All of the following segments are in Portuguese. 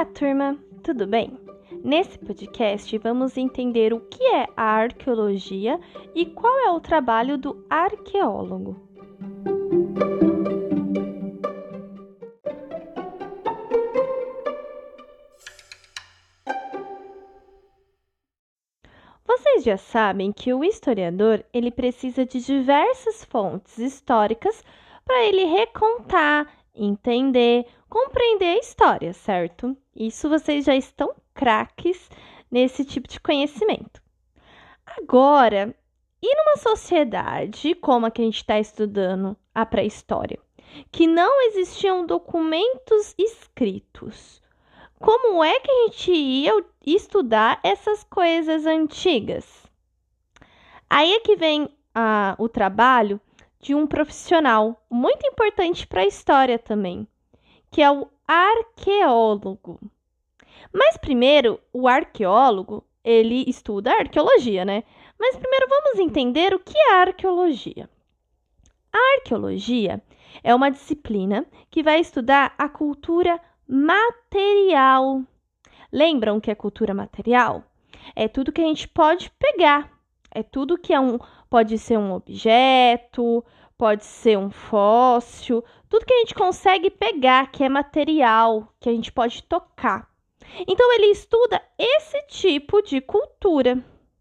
Olá, turma! Tudo bem? Nesse podcast, vamos entender o que é a arqueologia e qual é o trabalho do arqueólogo. Vocês já sabem que o historiador ele precisa de diversas fontes históricas para ele recontar, entender, compreender a história, certo? Isso vocês já estão craques nesse tipo de conhecimento. Agora, e numa sociedade como a que a gente está estudando, a pré-história, que não existiam documentos escritos? Como é que a gente ia estudar essas coisas antigas? Aí é que vem o trabalho de um profissional muito importante para a história também, que é o arqueólogo. Mas primeiro, o arqueólogo, ele estuda arqueologia, né? Mas primeiro vamos entender o que é arqueologia. A arqueologia é uma disciplina que vai estudar a cultura material. Lembram que é cultura material? É tudo que a gente pode pegar. É tudo que pode ser um objeto, pode ser um fóssil, tudo que a gente consegue pegar, que é material, que a gente pode tocar. Então, ele estuda esse tipo de cultura.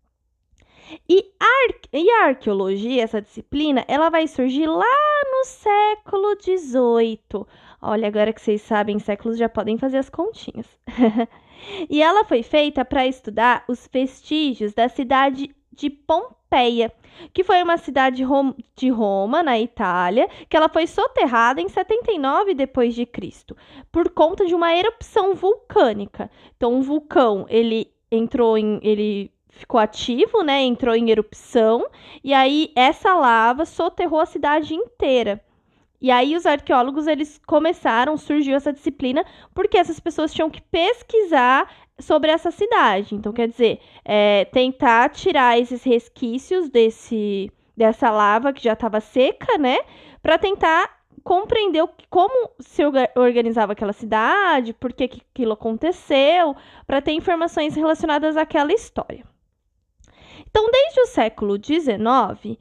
E a arqueologia, essa disciplina, ela vai surgir lá no século XVIII. Olha, agora que vocês sabem, séculos já podem fazer as continhas. E ela foi feita para estudar os vestígios da cidade de Pompeia, que foi uma cidade de Roma, na Itália, que ela foi soterrada em 79 d.C., por conta de uma erupção vulcânica. Então, um vulcão, ele ficou ativo, né? Entrou em erupção, e aí essa lava soterrou a cidade inteira. E aí os arqueólogos, surgiu essa disciplina, porque essas pessoas tinham que pesquisar sobre essa cidade. Então, quer dizer, tentar tirar esses resquícios dessa lava que já estava seca, né? Para tentar compreender como se organizava aquela cidade, por que aquilo aconteceu, para ter informações relacionadas àquela história. Então, desde o século XIX,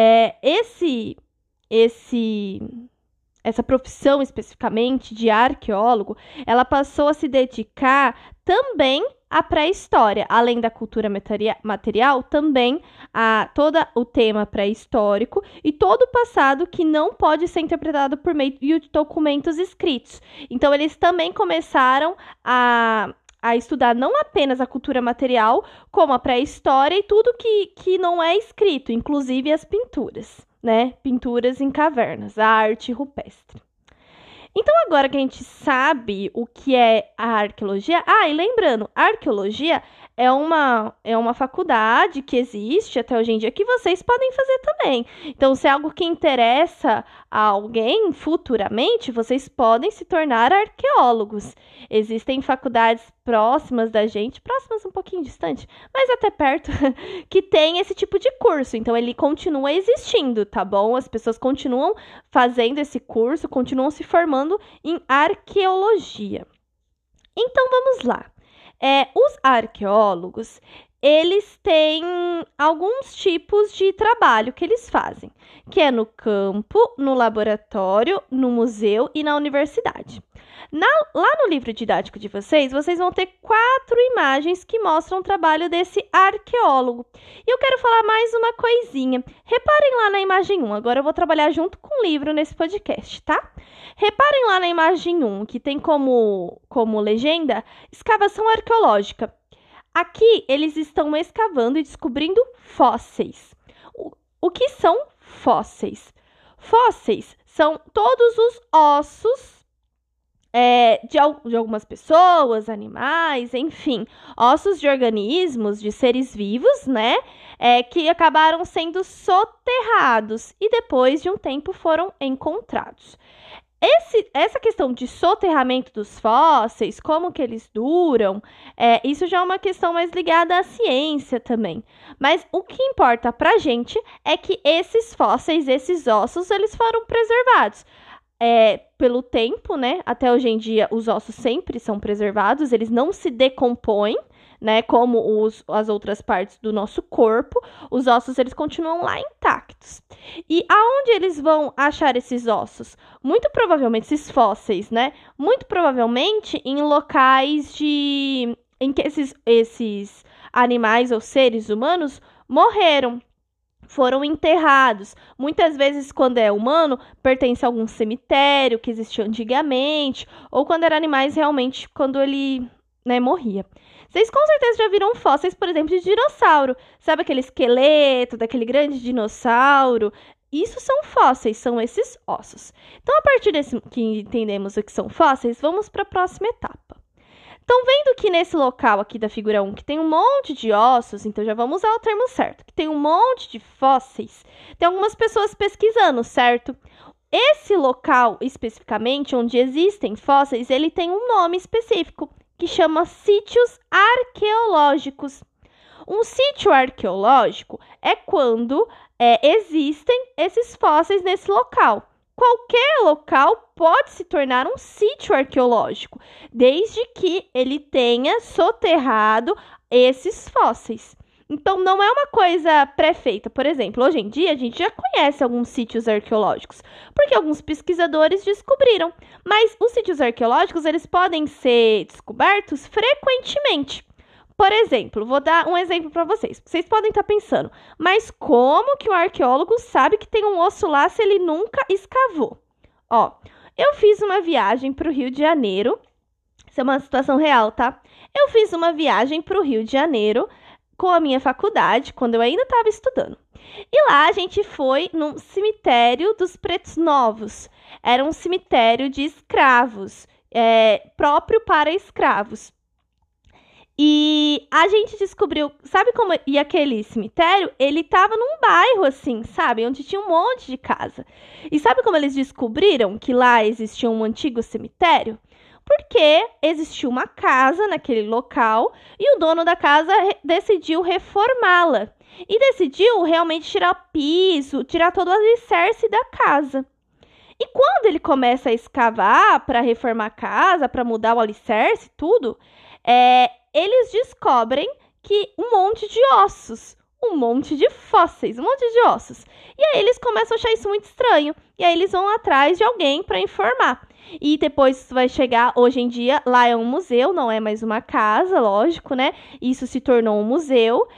essa profissão especificamente de arqueólogo, ela passou a se dedicar também à pré-história, além da cultura material, também a todo o tema pré-histórico e todo o passado que não pode ser interpretado por meio de documentos escritos. Então, eles também começaram a estudar não apenas a cultura material, como a pré-história e tudo que não é escrito, inclusive as pinturas, né? Pinturas em cavernas, a arte rupestre. Então, agora que a gente sabe o que é a arqueologia... e lembrando, a arqueologia é uma faculdade que existe até hoje em dia que vocês podem fazer também. Então, se é algo que interessa a alguém futuramente, vocês podem se tornar arqueólogos. Existem faculdades próximas da gente, próximas um pouquinho distante, mas até perto, que tem esse tipo de curso. Então, ele continua existindo, tá bom? As pessoas continuam fazendo esse curso, continuam se formando em arqueologia. Então, vamos lá. Os arqueólogos, eles têm alguns tipos de trabalho que eles fazem, que é no campo, no laboratório, no museu e na universidade. Lá no livro didático de vocês vão ter 4 imagens que mostram o trabalho desse arqueólogo. E eu quero falar mais uma coisinha. Reparem lá na imagem 1. Agora eu vou trabalhar junto com o livro nesse podcast, tá? Reparem lá na imagem 1, que tem como legenda escavação arqueológica. Aqui eles estão escavando e descobrindo fósseis. O que são fósseis? Fósseis são todos os ossos de algumas pessoas, animais, enfim, ossos de organismos, de seres vivos, né? Que acabaram sendo soterrados e depois de um tempo foram encontrados. Essa questão de soterramento dos fósseis, como que eles duram, isso já é uma questão mais ligada à ciência também. Mas o que importa pra gente é que esses fósseis, esses ossos, eles foram preservados. pelo tempo, né? Até hoje em dia, os ossos sempre são preservados, eles não se decompõem, né? Como as outras partes do nosso corpo, os ossos eles continuam lá intactos. E aonde eles vão achar esses ossos? Muito provavelmente, esses fósseis, né? Muito provavelmente em locais em que esses animais ou seres humanos morreram. Foram enterrados. Muitas vezes, quando é humano, pertence a algum cemitério que existiu antigamente, ou quando eram animais realmente, quando ele, né, morria. Vocês com certeza já viram fósseis, por exemplo, de dinossauro. Sabe aquele esqueleto daquele grande dinossauro? Isso são fósseis, são esses ossos. Então, a partir desse que entendemos o que são fósseis, vamos para a próxima etapa. Então, vendo que nesse local aqui da figura 1, que tem um monte de ossos, então já vamos usar o termo certo, que tem um monte de fósseis, tem algumas pessoas pesquisando, certo? Esse local, especificamente, onde existem fósseis, ele tem um nome específico, que chama sítios arqueológicos. Um sítio arqueológico é quando existem esses fósseis nesse local. Qualquer local pode se tornar um sítio arqueológico, desde que ele tenha soterrado esses fósseis. Então, não é uma coisa pré-feita. Por exemplo, hoje em dia, a gente já conhece alguns sítios arqueológicos, porque alguns pesquisadores descobriram. Mas os sítios arqueológicos, eles podem ser descobertos frequentemente. Por exemplo, vou dar um exemplo para vocês. Vocês podem estar pensando, mas como que o arqueólogo sabe que tem um osso lá se ele nunca escavou? Ó, eu fiz uma viagem para o Rio de Janeiro. Isso é uma situação real, tá? Eu fiz uma viagem para o Rio de Janeiro com a minha faculdade, quando eu ainda estava estudando. E lá a gente foi num cemitério dos Pretos Novos. Era um cemitério de escravos, próprio para escravos. E a gente descobriu, sabe como? E aquele cemitério, ele tava num bairro assim, sabe? Onde tinha um monte de casa. E sabe como eles descobriram que lá existia um antigo cemitério? Porque existiu uma casa naquele local e o dono da casa decidiu reformá-la. E decidiu realmente tirar o piso, tirar todo o alicerce da casa. E quando ele começa a escavar para reformar a casa, para mudar o alicerce, tudo, eles descobrem que um monte de ossos, um monte de fósseis, um monte de ossos. E aí eles começam a achar isso muito estranho. E aí eles vão atrás de alguém para informar. E depois vai chegar, hoje em dia, lá é um museu, não é mais uma casa, lógico, né? Isso se tornou um museu,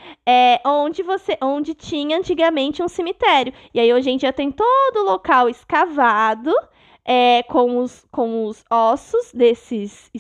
onde tinha antigamente um cemitério. E aí hoje em dia tem todo o local escavado, com os ossos desses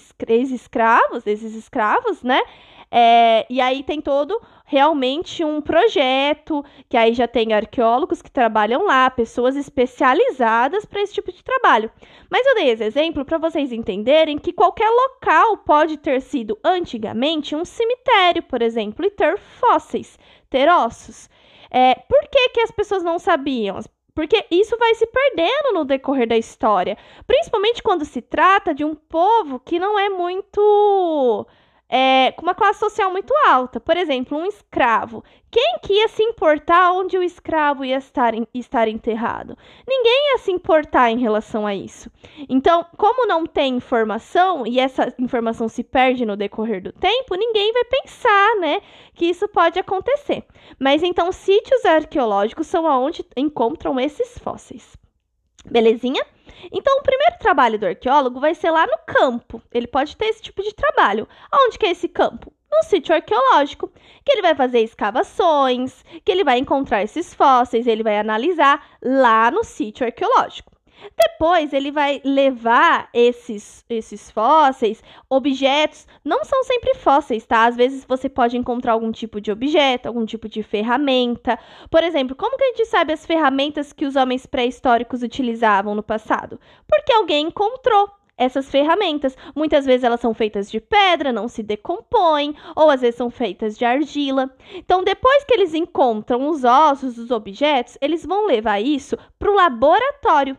escravos, né? E aí tem todo realmente um projeto, que aí já tem arqueólogos que trabalham lá, pessoas especializadas para esse tipo de trabalho. Mas eu dei esse exemplo para vocês entenderem que qualquer local pode ter sido antigamente um cemitério, por exemplo, e ter fósseis, ter ossos. Por que as pessoas não sabiam? Porque isso vai se perdendo no decorrer da história, principalmente quando se trata de um povo que não é muito, com uma classe social muito alta. Por exemplo, um escravo. Quem que ia se importar onde o escravo ia estar enterrado? Ninguém ia se importar em relação a isso. Então, como não tem informação e essa informação se perde no decorrer do tempo, ninguém vai pensar, né, que isso pode acontecer. Mas então, sítios arqueológicos são onde encontram esses fósseis. Belezinha? Então, o primeiro trabalho do arqueólogo vai ser lá no campo. Ele pode ter esse tipo de trabalho. Onde que é esse campo? No sítio arqueológico, que ele vai fazer escavações, que ele vai encontrar esses fósseis, ele vai analisar lá no sítio arqueológico. Depois, ele vai levar esses fósseis, objetos, não são sempre fósseis, tá? Às vezes você pode encontrar algum tipo de objeto, algum tipo de ferramenta. Por exemplo, como que a gente sabe as ferramentas que os homens pré-históricos utilizavam no passado? Porque alguém encontrou essas ferramentas. Muitas vezes elas são feitas de pedra, não se decompõem, ou às vezes são feitas de argila. Então, depois que eles encontram os ossos, os objetos, eles vão levar isso para o laboratório.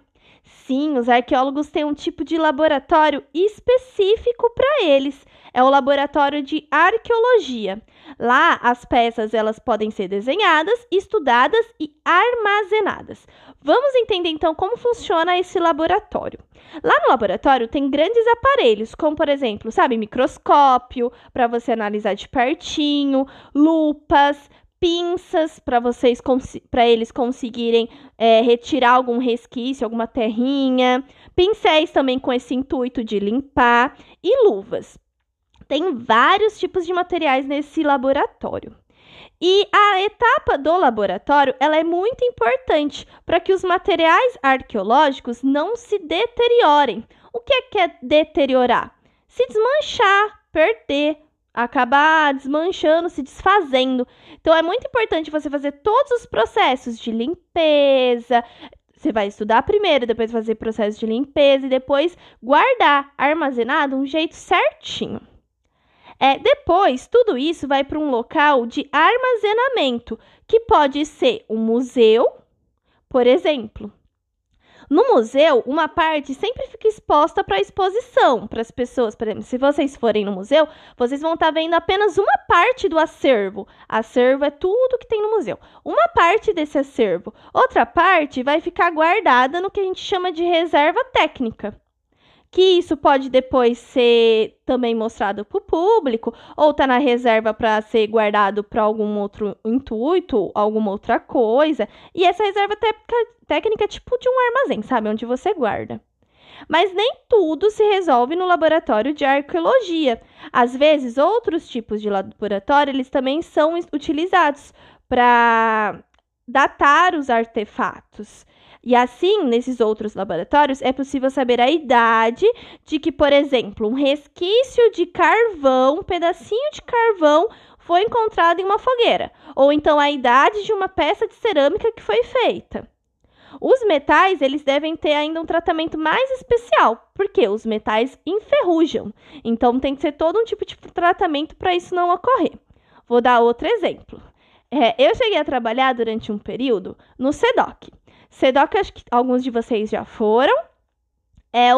Sim, os arqueólogos têm um tipo de laboratório específico para eles. É o laboratório de arqueologia. Lá, as peças elas podem ser desenhadas, estudadas e armazenadas. Vamos entender então como funciona esse laboratório. Lá no laboratório tem grandes aparelhos, como por exemplo, sabe, microscópio para você analisar de pertinho, lupas, pinças para eles conseguirem retirar algum resquício, alguma terrinha, pincéis também com esse intuito de limpar e luvas. Tem vários tipos de materiais nesse laboratório. E a etapa do laboratório, ela é muito importante para que os materiais arqueológicos não se deteriorem. O que é deteriorar? Se desmanchar, perder, acabar desmanchando, se desfazendo. Então é muito importante você fazer todos os processos de limpeza. Você vai estudar primeiro, depois fazer processo de limpeza e depois guardar armazenado um jeito certinho. Depois, tudo isso vai para um local de armazenamento, que pode ser um museu, por exemplo. No museu, uma parte sempre fica exposta para exposição, para as pessoas. Por exemplo, se vocês forem no museu, vocês vão estar vendo apenas uma parte do acervo. Acervo é tudo que tem no museu. Uma parte desse acervo. Outra parte vai ficar guardada no que a gente chama de reserva técnica. Que isso pode depois ser também mostrado para o público, ou tá na reserva para ser guardado para algum outro intuito, alguma outra coisa. E essa reserva técnica é tipo de um armazém, sabe? Onde você guarda. Mas nem tudo se resolve no laboratório de arqueologia. Às vezes, outros tipos de laboratório, eles também são utilizados para datar os artefatos. E assim, nesses outros laboratórios, é possível saber a idade de que, por exemplo, um resquício de carvão, um pedacinho de carvão, foi encontrado em uma fogueira. Ou então a idade de uma peça de cerâmica que foi feita. Os metais, eles devem ter ainda um tratamento mais especial, porque os metais enferrujam. Então, tem que ser todo um tipo de tratamento para isso não ocorrer. Vou dar outro exemplo. Eu cheguei a trabalhar durante um período no SEDOC. SEDOC, acho que alguns de vocês já foram. É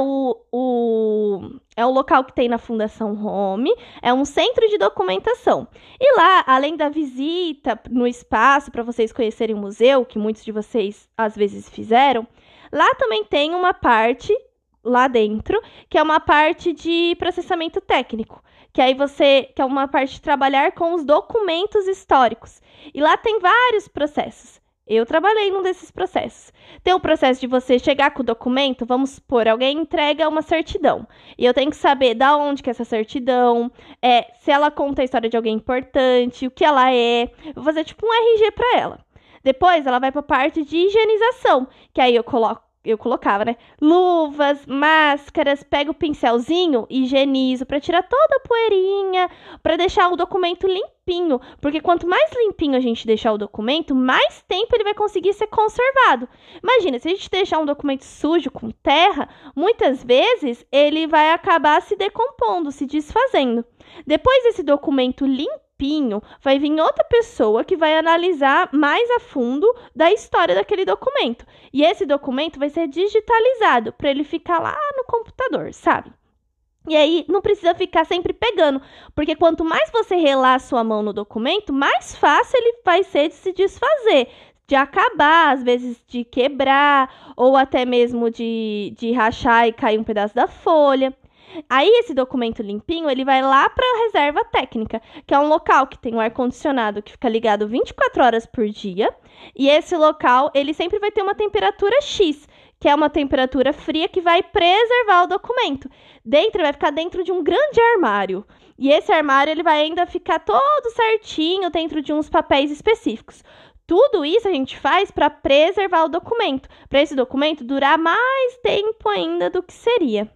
o local que tem na Fundação Home. É um centro de documentação. E lá, além da visita no espaço para vocês conhecerem o museu, que muitos de vocês às vezes fizeram, lá também tem uma parte, lá dentro, que é uma parte de processamento técnico. Que é uma parte de trabalhar com os documentos históricos. E lá tem vários processos. Eu trabalhei num desses processos. Tem o processo de você chegar com o documento, vamos supor, alguém entrega uma certidão. E eu tenho que saber da onde que é essa certidão, se ela conta a história de alguém importante, o que ela é. Eu vou fazer tipo um RG para ela. Depois ela vai para a parte de higienização, que aí eu colocava, né? Luvas, máscaras, pego o pincelzinho e higienizo para tirar toda a poeirinha, para deixar o documento limpinho, porque quanto mais limpinho a gente deixar o documento, mais tempo ele vai conseguir ser conservado. Imagina, se a gente deixar um documento sujo com terra, muitas vezes ele vai acabar se decompondo, se desfazendo. Depois desse documento limpinho, vai vir outra pessoa que vai analisar mais a fundo da história daquele documento. E esse documento vai ser digitalizado para ele ficar lá no computador, sabe? E aí não precisa ficar sempre pegando, porque quanto mais você relar a sua mão no documento, mais fácil ele vai ser de se desfazer, de acabar, às vezes de quebrar, ou até mesmo de rachar e cair um pedaço da folha. Aí esse documento limpinho, ele vai lá para a reserva técnica, que é um local que tem um ar-condicionado que fica ligado 24 horas por dia, e esse local, ele sempre vai ter uma temperatura X, que é uma temperatura fria que vai preservar o documento. Vai ficar dentro de um grande armário, e esse armário ele vai ainda ficar todo certinho dentro de uns papéis específicos. Tudo isso a gente faz para preservar o documento, para esse documento durar mais tempo ainda do que seria.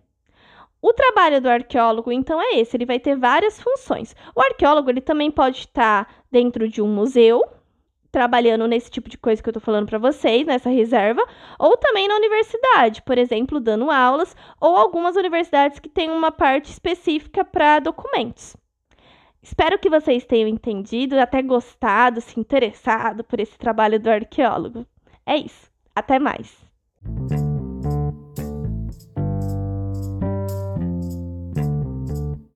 O trabalho do arqueólogo, então, é esse. Ele vai ter várias funções. O arqueólogo, ele também pode estar dentro de um museu, trabalhando nesse tipo de coisa que eu estou falando para vocês, nessa reserva, ou também na universidade, por exemplo, dando aulas, ou algumas universidades que têm uma parte específica para documentos. Espero que vocês tenham entendido, até gostado, se interessado por esse trabalho do arqueólogo. É isso. Até mais!